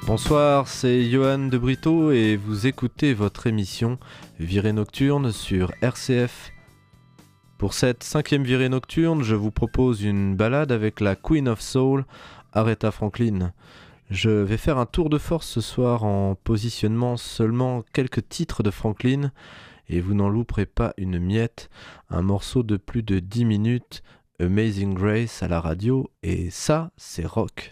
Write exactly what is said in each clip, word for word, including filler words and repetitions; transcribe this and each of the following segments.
Bonsoir, c'est Johan de Brito et vous écoutez votre émission Virée Nocturne sur R C F. Pour cette cinquième virée nocturne, je vous propose une balade avec la Queen of Soul, Aretha Franklin. Je vais faire un tour de force ce soir en positionnement seulement quelques titres de Franklin et vous n'en louperez pas une miette, un morceau de plus de dix minutes, Amazing Grace à la radio, et ça, c'est rock.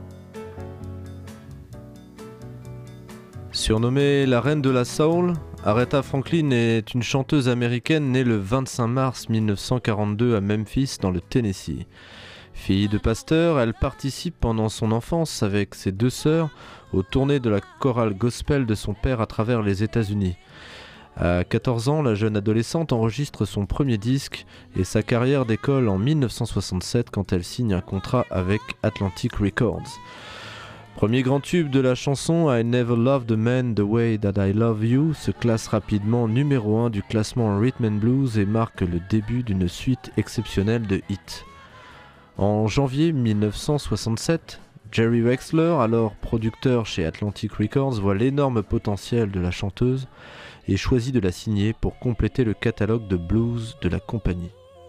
Surnommée la reine de la soul, Aretha Franklin est une chanteuse américaine née le vingt-cinq mars mille neuf cent quarante-deux à Memphis dans le Tennessee. Fille de pasteur, elle participe pendant son enfance avec ses deux sœurs aux tournées de la chorale gospel de son père à travers les États-Unis. À quatorze ans, la jeune adolescente enregistre son premier disque et sa carrière décolle en mille neuf cent soixante-sept quand elle signe un contrat avec Atlantic Records. Premier grand tube de la chanson, I Never Loved a Man the Way That I Love You se classe rapidement numéro un du classement Rhythm and Blues et marque le début d'une suite exceptionnelle de hits. En janvier mille neuf cent soixante-sept, Jerry Wexler, alors producteur chez Atlantic Records, voit l'énorme potentiel de la chanteuse et choisit de la signer pour compléter le catalogue de blues de la compagnie.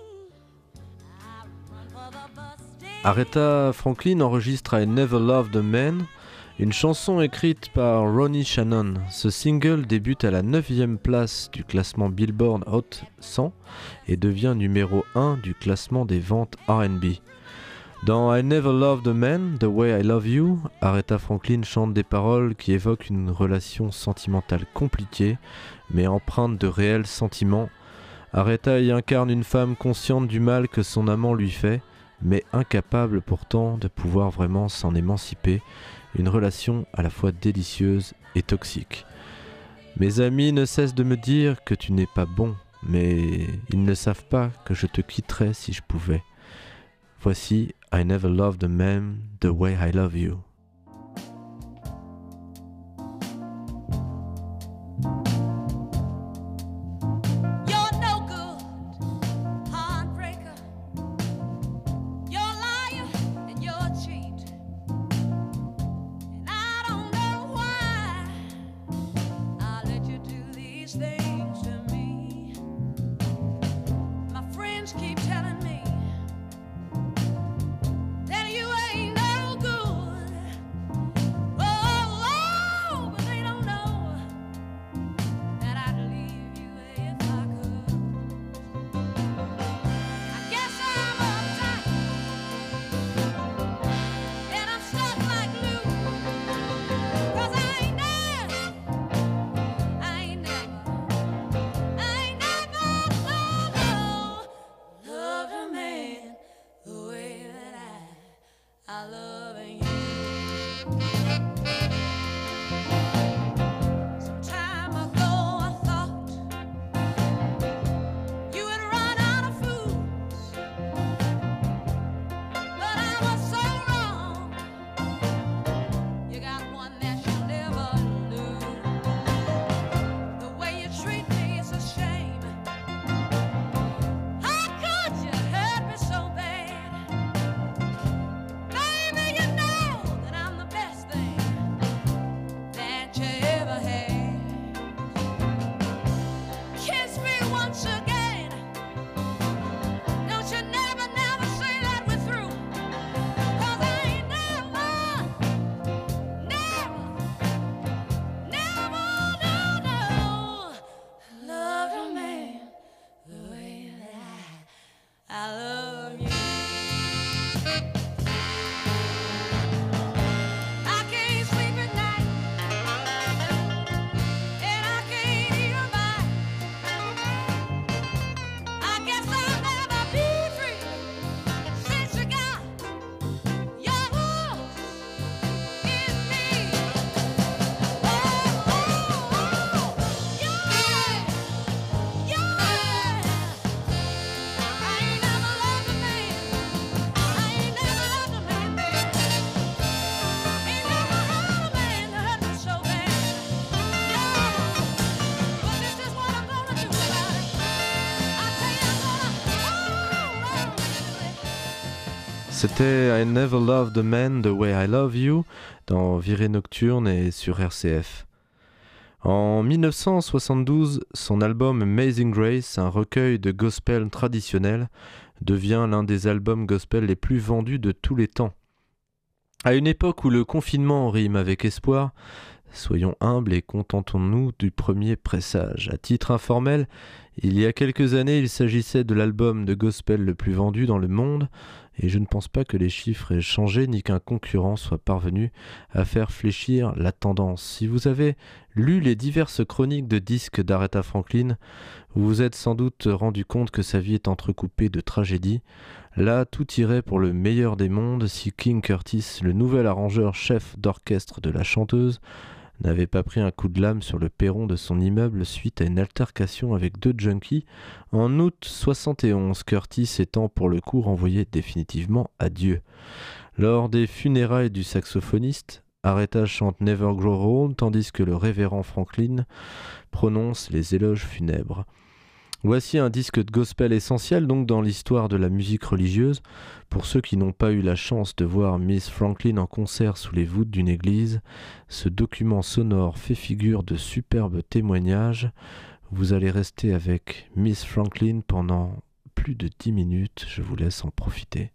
Aretha Franklin enregistre I Never Loved a Man, une chanson écrite par Ronnie Shannon. Ce single débute à la neuvième place du classement Billboard Hot cent et devient numéro un du classement des ventes R and B. Dans I Never Loved a Man, The Way I Love You, Aretha Franklin chante des paroles qui évoquent une relation sentimentale compliquée, mais empreinte de réels sentiments. Aretha y incarne une femme consciente du mal que son amant lui fait, mais incapable pourtant de pouvoir vraiment s'en émanciper, une relation à la fois délicieuse et toxique. Mes amis ne cessent de me dire que tu n'es pas bon, mais ils ne savent pas que je te quitterais si je pouvais. Voici I Never Loved a Man the Way I Love You. C'était I Never Loved a Man the Way I Love You dans Virée Nocturne et sur R C F. En mille neuf cent soixante-douze, son album Amazing Grace, un recueil de gospel traditionnel, devient l'un des albums gospel les plus vendus de tous les temps. À une époque où le confinement rime avec espoir, soyons humbles et contentons-nous du premier pressage. À titre informel, il y a quelques années, il s'agissait de l'album de gospel le plus vendu dans le monde, et je ne pense pas que les chiffres aient changé ni qu'un concurrent soit parvenu à faire fléchir la tendance. Si vous avez lu les diverses chroniques de disques d'Aretha Franklin, vous vous êtes sans doute rendu compte que sa vie est entrecoupée de tragédies. Là, tout irait pour le meilleur des mondes si King Curtis, le nouvel arrangeur chef d'orchestre de la chanteuse, n'avait pas pris un coup de lame sur le perron de son immeuble suite à une altercation avec deux junkies en août soixante et onze, Curtis étant pour le coup renvoyé définitivement à Dieu. Lors des funérailles du saxophoniste, Aretha chante Never Grow Old tandis que le révérend Franklin prononce les éloges funèbres. Voici un disque de gospel essentiel donc dans l'histoire de la musique religieuse. Pour ceux qui n'ont pas eu la chance de voir Miss Franklin en concert sous les voûtes d'une église, ce document sonore fait figure de superbes témoignages. Vous allez rester avec Miss Franklin pendant plus de dix minutes, je vous laisse en profiter.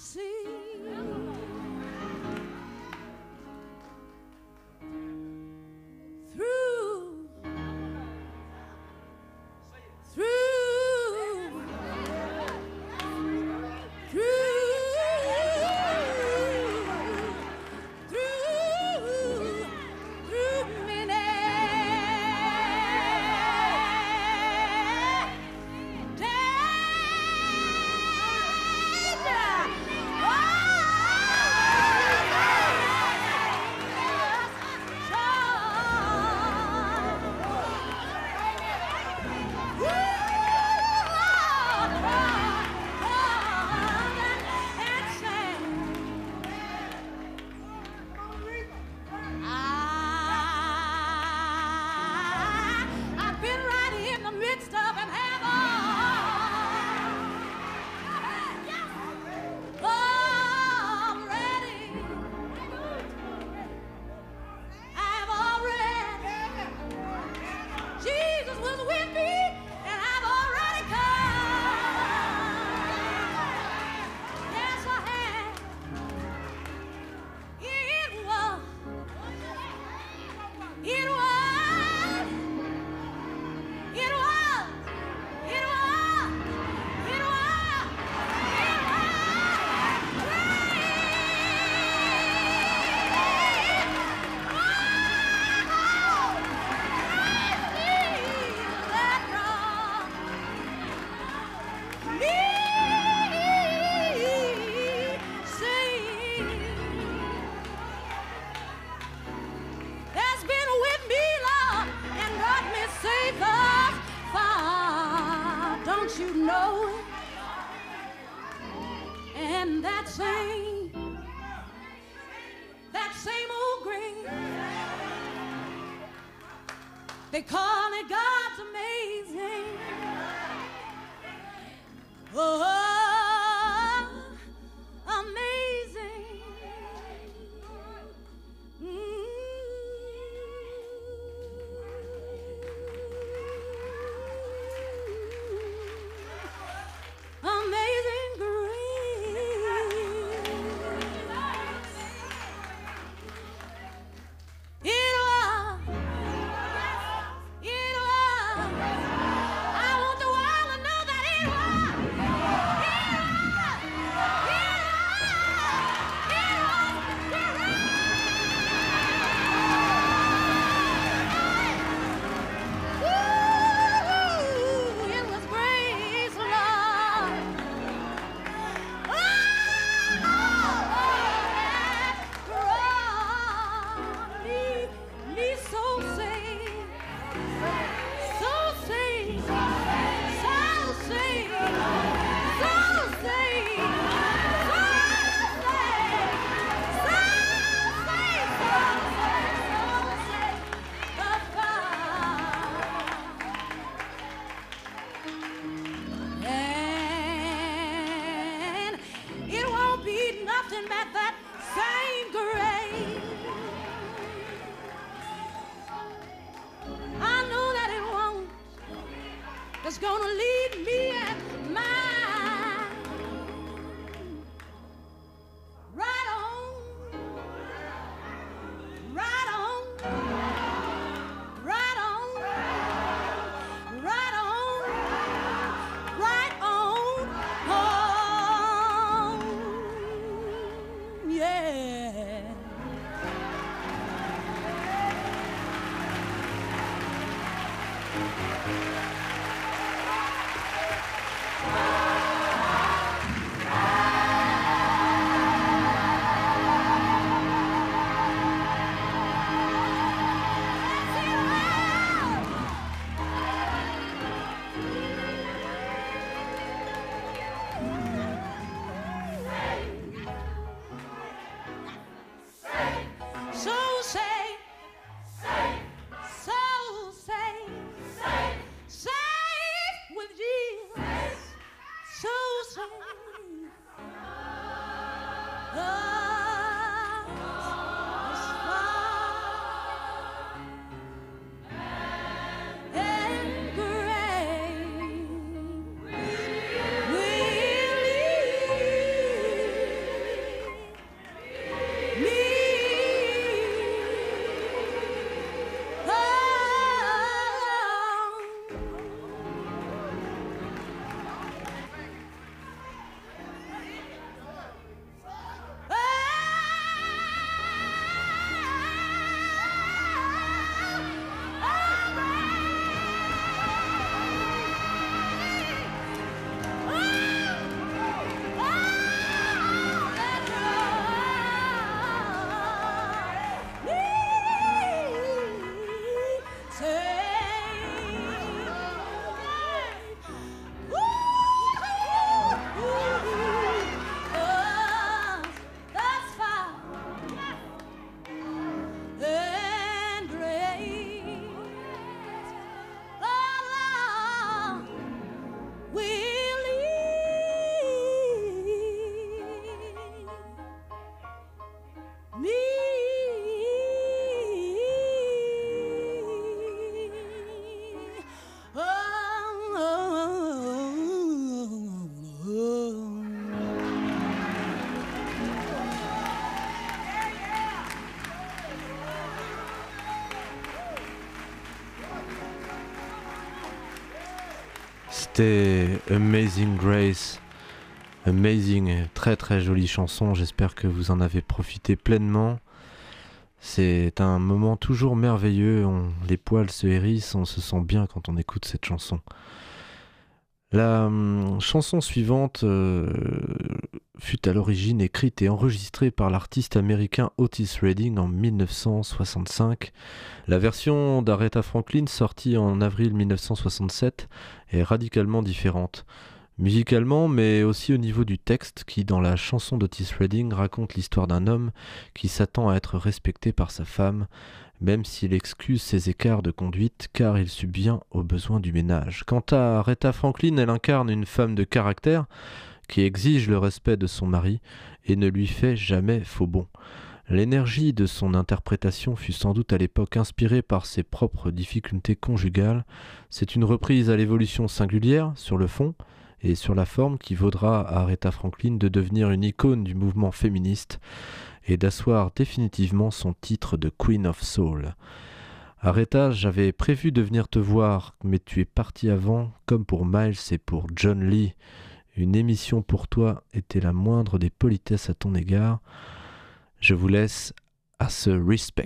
see. Through, through, through, through, through many that same, that same old grave. They call it God's amazing. Oh, amazing. Mm. Amazing grace. It was, it was. I want the world to know that it was. It was, it was, it was Woo, it was grace, Lord. Oh, that brought me, me so saved, so saved, so saved, so saved, so saved, so saved, so saved, but and it won't be nothing but that same grace. I know that it won't. It's gonna lead me at my right on, right on, right on, right on, right on, home. Yeah. So say, so say, say. C'était Amazing Grace. Amazing, très très jolie chanson, j'espère que vous en avez profité pleinement. C'est un moment toujours merveilleux, on, les poils se hérissent, on se sent bien quand on écoute cette chanson. La hum, chanson suivante euh, fut à l'origine écrite et enregistrée par l'artiste américain Otis Redding en mille neuf cent soixante-cinq. La version d'Aretha Franklin, sortie en avril mille neuf cent soixante-sept, est radicalement différente. Musicalement, mais aussi au niveau du texte qui, dans la chanson d'Otis Redding, raconte l'histoire d'un homme qui s'attend à être respecté par sa femme, même s'il excuse ses écarts de conduite car il subvient aux besoins du ménage. Quant à Aretha Franklin, elle incarne une femme de caractère qui exige le respect de son mari et ne lui fait jamais faux bond. L'énergie de son interprétation fut sans doute à l'époque inspirée par ses propres difficultés conjugales. C'est une reprise à l'évolution singulière sur le fond et sur la forme qui vaudra à Aretha Franklin de devenir une icône du mouvement féministe et d'asseoir définitivement son titre de Queen of Soul. Aretha, j'avais prévu de venir te voir, mais tu es parti avant, comme pour Miles et pour John Lee. Une émission pour toi était la moindre des politesses à ton égard. Je vous laisse à ce respect.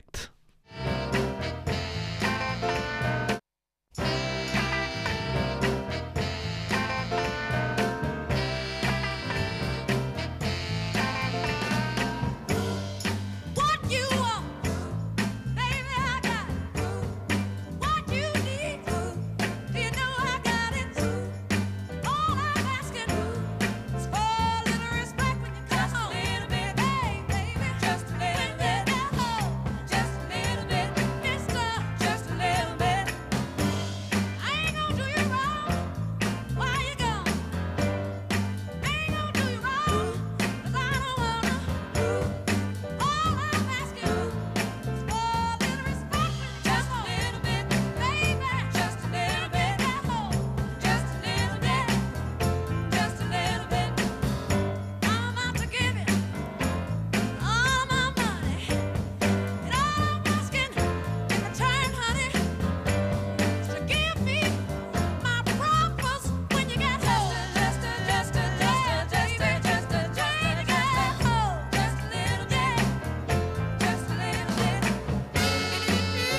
What you want, baby, I got it. What you need, you know I got it. All I'm asking is for a little respect when you come home. Just a little bit, hey, baby, just a little bit. Just a little bit, mister, just a little bit. I ain't gonna do you wrong while you're gone. I ain't gonna do you wrong 'cause I don't wanna. All I'm asking is for a little respect, just a little bit, baby, just a little bit, just a little bit, just a little bit. I'm out to give you all my money, and all I'm asking in return, honey, is to give me my promise when you get home. Just a, just a, just a, just a, just a, just a, just a, just a little bit. Just a little bit.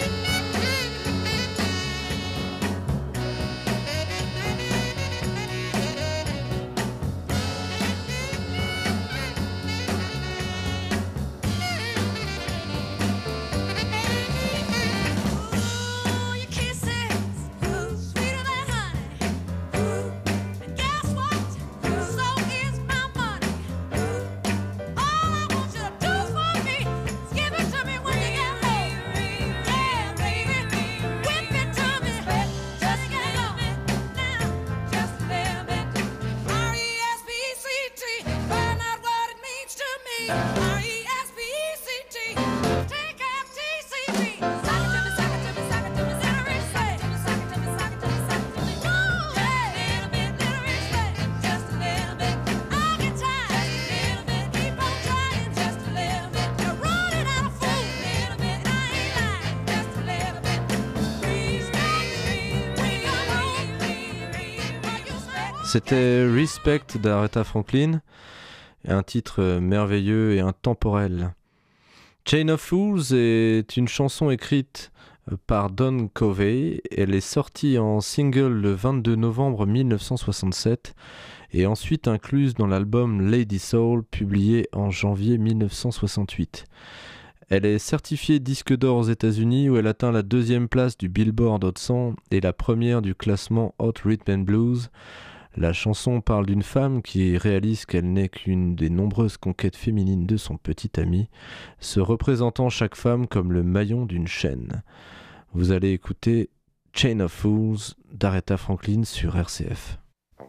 Ooh, your kisses, sweeter than honey. And guess what? So is my money. All I want you to do for me is give it to me when you get home. Yeah, baby, whip it to me. Just a little bit now, just a little bit. R E S P E C T, find out what it means to me. R E S P E C T, take F T C B. Sock it to me, sock it to me, sock it to me, little respect. Sock it to me, sock it to me, sock it to me. Ooh, yeah, little bit, little respect. Just a little bit. I'll get tired. Just a little bit. Keep on trying. Just a little bit. You're running out of food. Little bit. I ain't lying. Just a little bit. Respect. When you come home. When you say. C'était Respect d'Aretha Franklin, un titre merveilleux et intemporel. Chain of Fools est une chanson écrite par Don Covey. Elle est sortie en single le vingt-deux novembre mille neuf cent soixante-sept et ensuite incluse dans l'album Lady Soul publié en janvier mille neuf cent soixante-huit. Elle est certifiée disque d'or aux États-Unis où elle atteint la deuxième place du Billboard Hot cent et la première du classement Hot Rhythm and Blues. La chanson parle d'une femme qui réalise qu'elle n'est qu'une des nombreuses conquêtes féminines de son petit ami, se représentant chaque femme comme le maillon d'une chaîne. Vous allez écouter Chain of Fools d'Aretha Franklin sur R C F.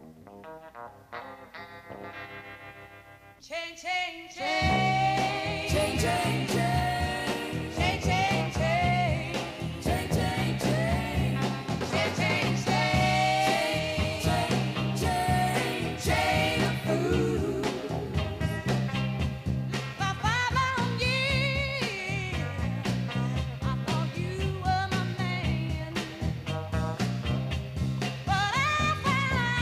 Chain, chain, chain. Chain, chain, chain. Chain, chain, chain. Chain, chain, chain. Chain, chain, chain. Chain, chain, chain of fools. For five long years, I thought you were my man. But I found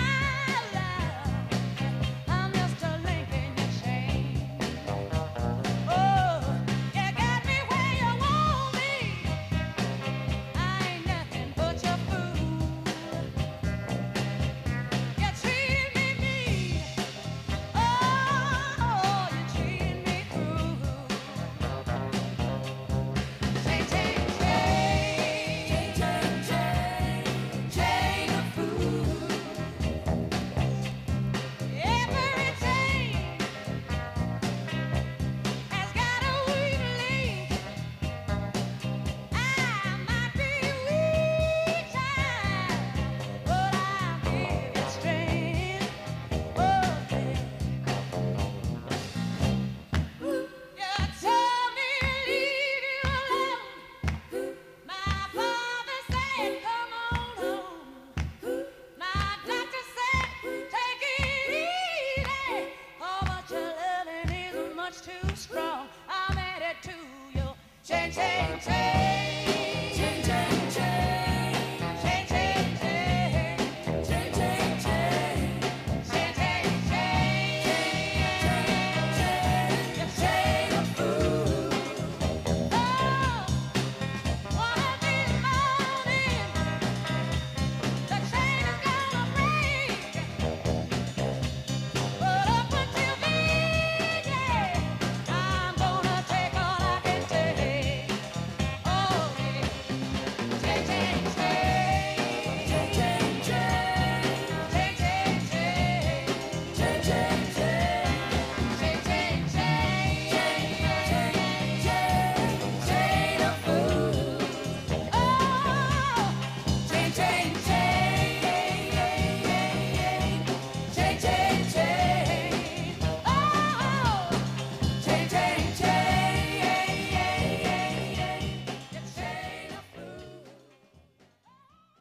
change.